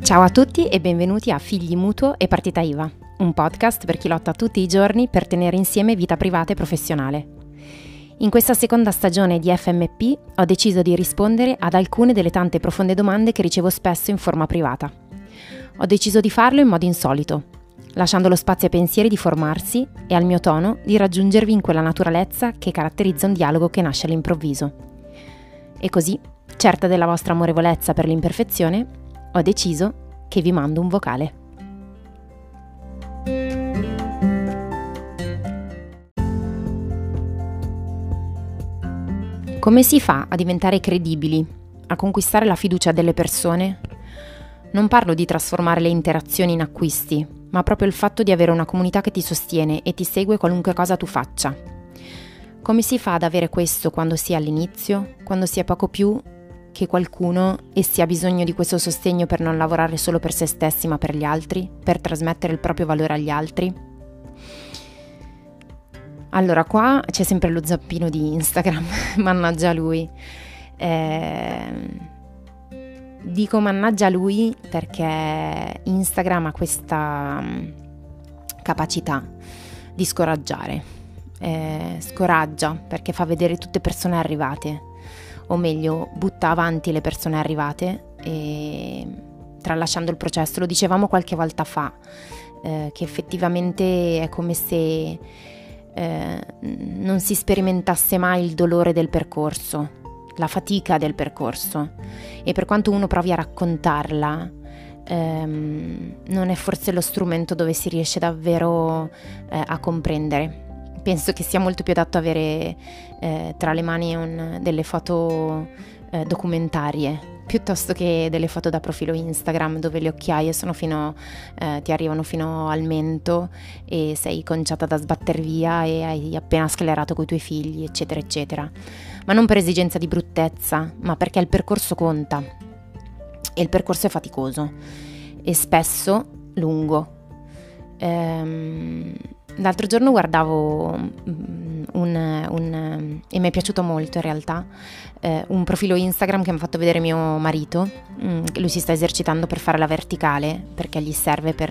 Ciao a tutti e benvenuti a Figli Mutuo e Partita IVA, un podcast per chi lotta tutti i giorni per tenere insieme vita privata e professionale. In questa seconda stagione di FMP ho deciso di rispondere ad alcune delle tante profonde domande che ricevo spesso in forma privata. Ho deciso di farlo in modo insolito, lasciando lo spazio ai pensieri di formarsi e al mio tono di raggiungervi in quella naturalezza che caratterizza un dialogo che nasce all'improvviso. E così, certa della vostra amorevolezza per l'imperfezione, ho deciso che vi mando un vocale. Come si fa a diventare credibili, a conquistare la fiducia delle persone? Non parlo di trasformare le interazioni in acquisti, ma proprio il fatto di avere una comunità che ti sostiene e ti segue qualunque cosa tu faccia. Come si fa ad avere questo quando si è all'inizio, quando si è poco più che qualcuno e si ha bisogno di questo sostegno per non lavorare solo per se stessi ma per gli altri, per trasmettere il proprio valore agli altri? Allora, qua c'è sempre lo zappino di Instagram, mannaggia lui. Dico mannaggia lui perché Instagram ha questa capacità di scoraggiare. Scoraggia perché fa vedere tutte persone arrivate, o meglio, butta avanti le persone arrivate e tralasciando il processo. Lo dicevamo qualche volta fa, che effettivamente è come se non si sperimentasse mai il dolore del percorso, la fatica del percorso, e per quanto uno provi a raccontarla, non è forse lo strumento dove si riesce davvero a comprendere. Penso che sia molto più adatto avere tra le mani delle foto documentarie piuttosto che delle foto da profilo Instagram dove le occhiaie sono ti arrivano fino al mento e sei conciata da sbatter via e hai appena sclerato coi tuoi figli, eccetera eccetera. Ma non per esigenza di bruttezza, ma perché il percorso conta e il percorso è faticoso e spesso lungo. L'altro giorno guardavo e mi è piaciuto molto in realtà un profilo Instagram che mi ha fatto vedere mio marito. Lui si sta esercitando per fare la verticale perché gli serve per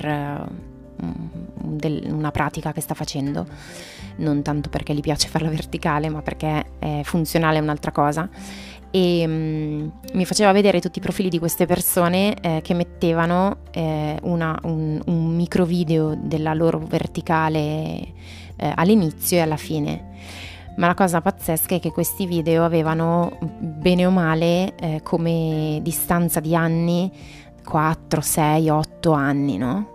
una pratica che sta facendo, non tanto perché gli piace fare la verticale ma perché è funzionale, è un'altra cosa. E mi faceva vedere tutti i profili di queste persone che mettevano un micro video della loro verticale all'inizio e alla fine. Ma la cosa pazzesca è che questi video avevano bene o male come distanza di anni 4, 6, 8 anni, no?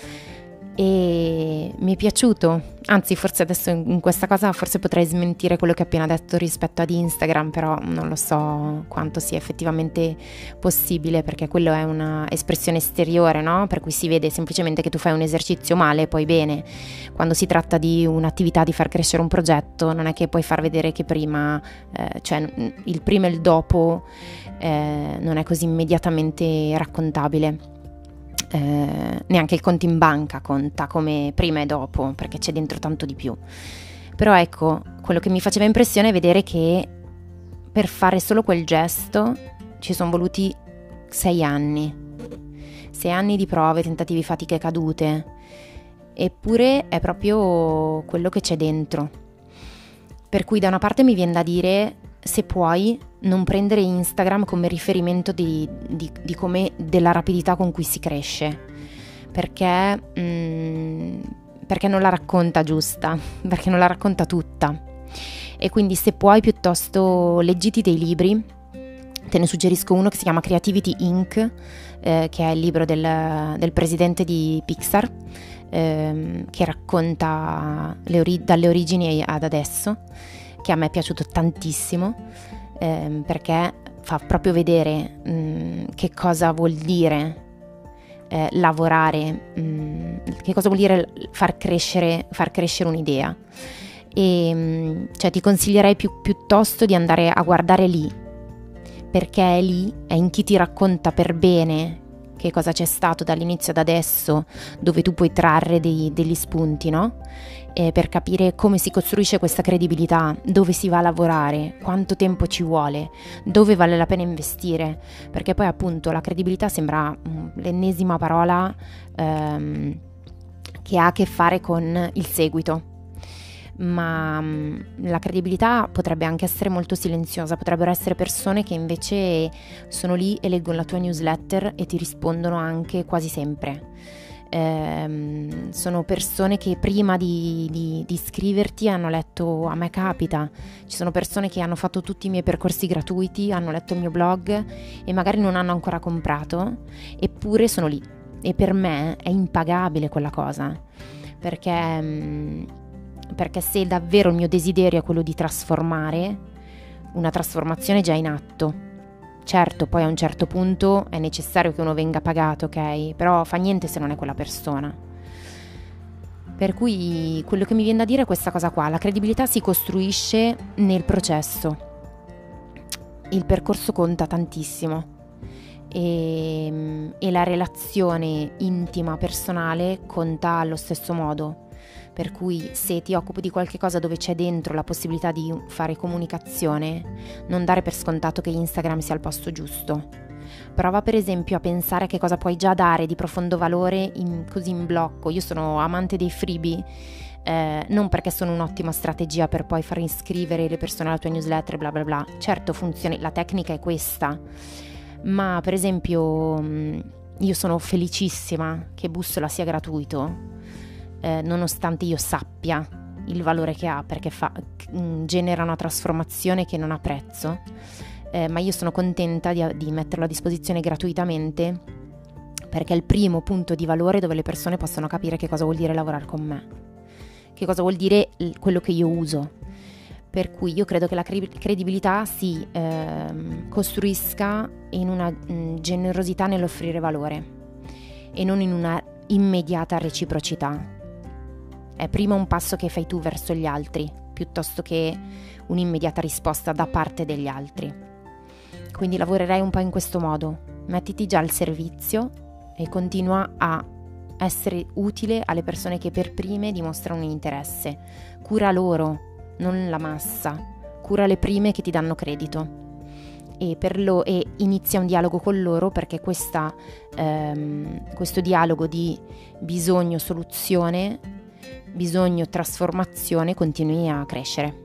E mi è piaciuto, anzi forse adesso in questa cosa forse potrei smentire quello che ho appena detto rispetto ad Instagram, però non lo so quanto sia effettivamente possibile, perché quello è una espressione esteriore, no? Per cui si vede semplicemente che tu fai un esercizio male e poi bene. Quando si tratta di un'attività, di far crescere un progetto, non è che puoi far vedere che prima, cioè il prima e il dopo non è così immediatamente raccontabile. Neanche il conto in banca conta come prima e dopo, perché c'è dentro tanto di più. Però ecco, quello che mi faceva impressione è vedere che per fare solo quel gesto ci sono voluti 6 anni. 6 anni di prove, tentativi, fatiche, cadute. Eppure è proprio quello che c'è dentro. Per cui da una parte mi viene da dire, se puoi, non prendere Instagram come riferimento di come della rapidità con cui si cresce, perché non la racconta giusta, perché non la racconta tutta. E quindi se puoi piuttosto leggiti dei libri. Te ne suggerisco uno che si chiama Creativity Inc., che è il libro del presidente di Pixar, che racconta dalle origini ad adesso, che a me è piaciuto tantissimo, perché fa proprio vedere che cosa vuol dire lavorare, che cosa vuol dire far crescere un'idea. E cioè ti consiglierei piuttosto di andare a guardare lì, perché è lì, è in chi ti racconta per bene che cosa c'è stato dall'inizio ad adesso, dove tu puoi trarre degli spunti, no? Per capire come si costruisce questa credibilità, dove si va a lavorare, quanto tempo ci vuole, dove vale la pena investire, perché poi appunto la credibilità sembra l'ennesima parola che ha a che fare con il seguito. Ma la credibilità potrebbe anche essere molto silenziosa, potrebbero essere persone che invece sono lì e leggono la tua newsletter e ti rispondono anche quasi sempre. Sono persone che prima di scriverti hanno letto, a me capita, ci sono persone che hanno fatto tutti i miei percorsi gratuiti, hanno letto il mio blog e magari non hanno ancora comprato, eppure sono lì, e per me è impagabile quella cosa, perché se davvero il mio desiderio è quello di trasformare, una trasformazione è già in atto. Certo, poi a un certo punto è necessario che uno venga pagato, ok? Però fa niente se non è quella persona. Per cui quello che mi viene da dire è questa cosa qua: la credibilità si costruisce nel processo. Il percorso conta tantissimo e la relazione intima, personale, conta allo stesso modo. Per cui se ti occupi di qualche cosa dove c'è dentro la possibilità di fare comunicazione, non dare per scontato che Instagram sia il posto giusto. Prova per esempio a pensare a che cosa puoi già dare di profondo valore così in blocco. Io sono amante dei freebie, non perché sono un'ottima strategia per poi far iscrivere le persone alla tua newsletter, bla bla bla. Certo funziona, la tecnica è questa, ma per esempio io sono felicissima che Bussola sia gratuito, nonostante io sappia il valore che ha, perché genera una trasformazione che non ha prezzo, ma io sono contenta di metterlo a disposizione gratuitamente, perché è il primo punto di valore dove le persone possono capire che cosa vuol dire lavorare con me, che cosa vuol dire quello che io uso. Per cui io credo che la credibilità si costruisca in una generosità nell'offrire valore e non in una immediata reciprocità. È prima un passo che fai tu verso gli altri, piuttosto che un'immediata risposta da parte degli altri. Quindi lavorerei un po' in questo modo: mettiti già al servizio e continua a essere utile alle persone che per prime dimostrano un interesse. Cura loro, non la massa, cura le prime che ti danno credito. E inizia un dialogo con loro, perché questo dialogo di bisogno-soluzione, bisogno-trasformazione continui a crescere.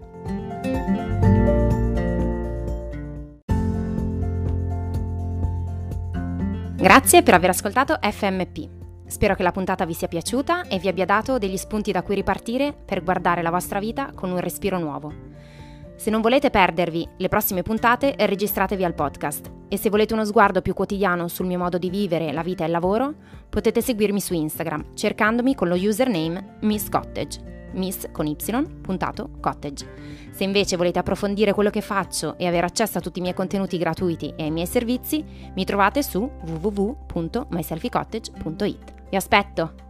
Grazie per aver ascoltato FMP. Spero che la puntata vi sia piaciuta e vi abbia dato degli spunti da cui ripartire per guardare la vostra vita con un respiro nuovo. Se non volete perdervi le prossime puntate, registratevi al podcast, e se volete uno sguardo più quotidiano sul mio modo di vivere la vita e il lavoro, potete seguirmi su Instagram cercandomi con lo username Miss Cottage, Miss con Y, .cottage. Se invece volete approfondire quello che faccio e avere accesso a tutti i miei contenuti gratuiti e ai miei servizi, mi trovate su www.myselfiecottage.it. Vi aspetto!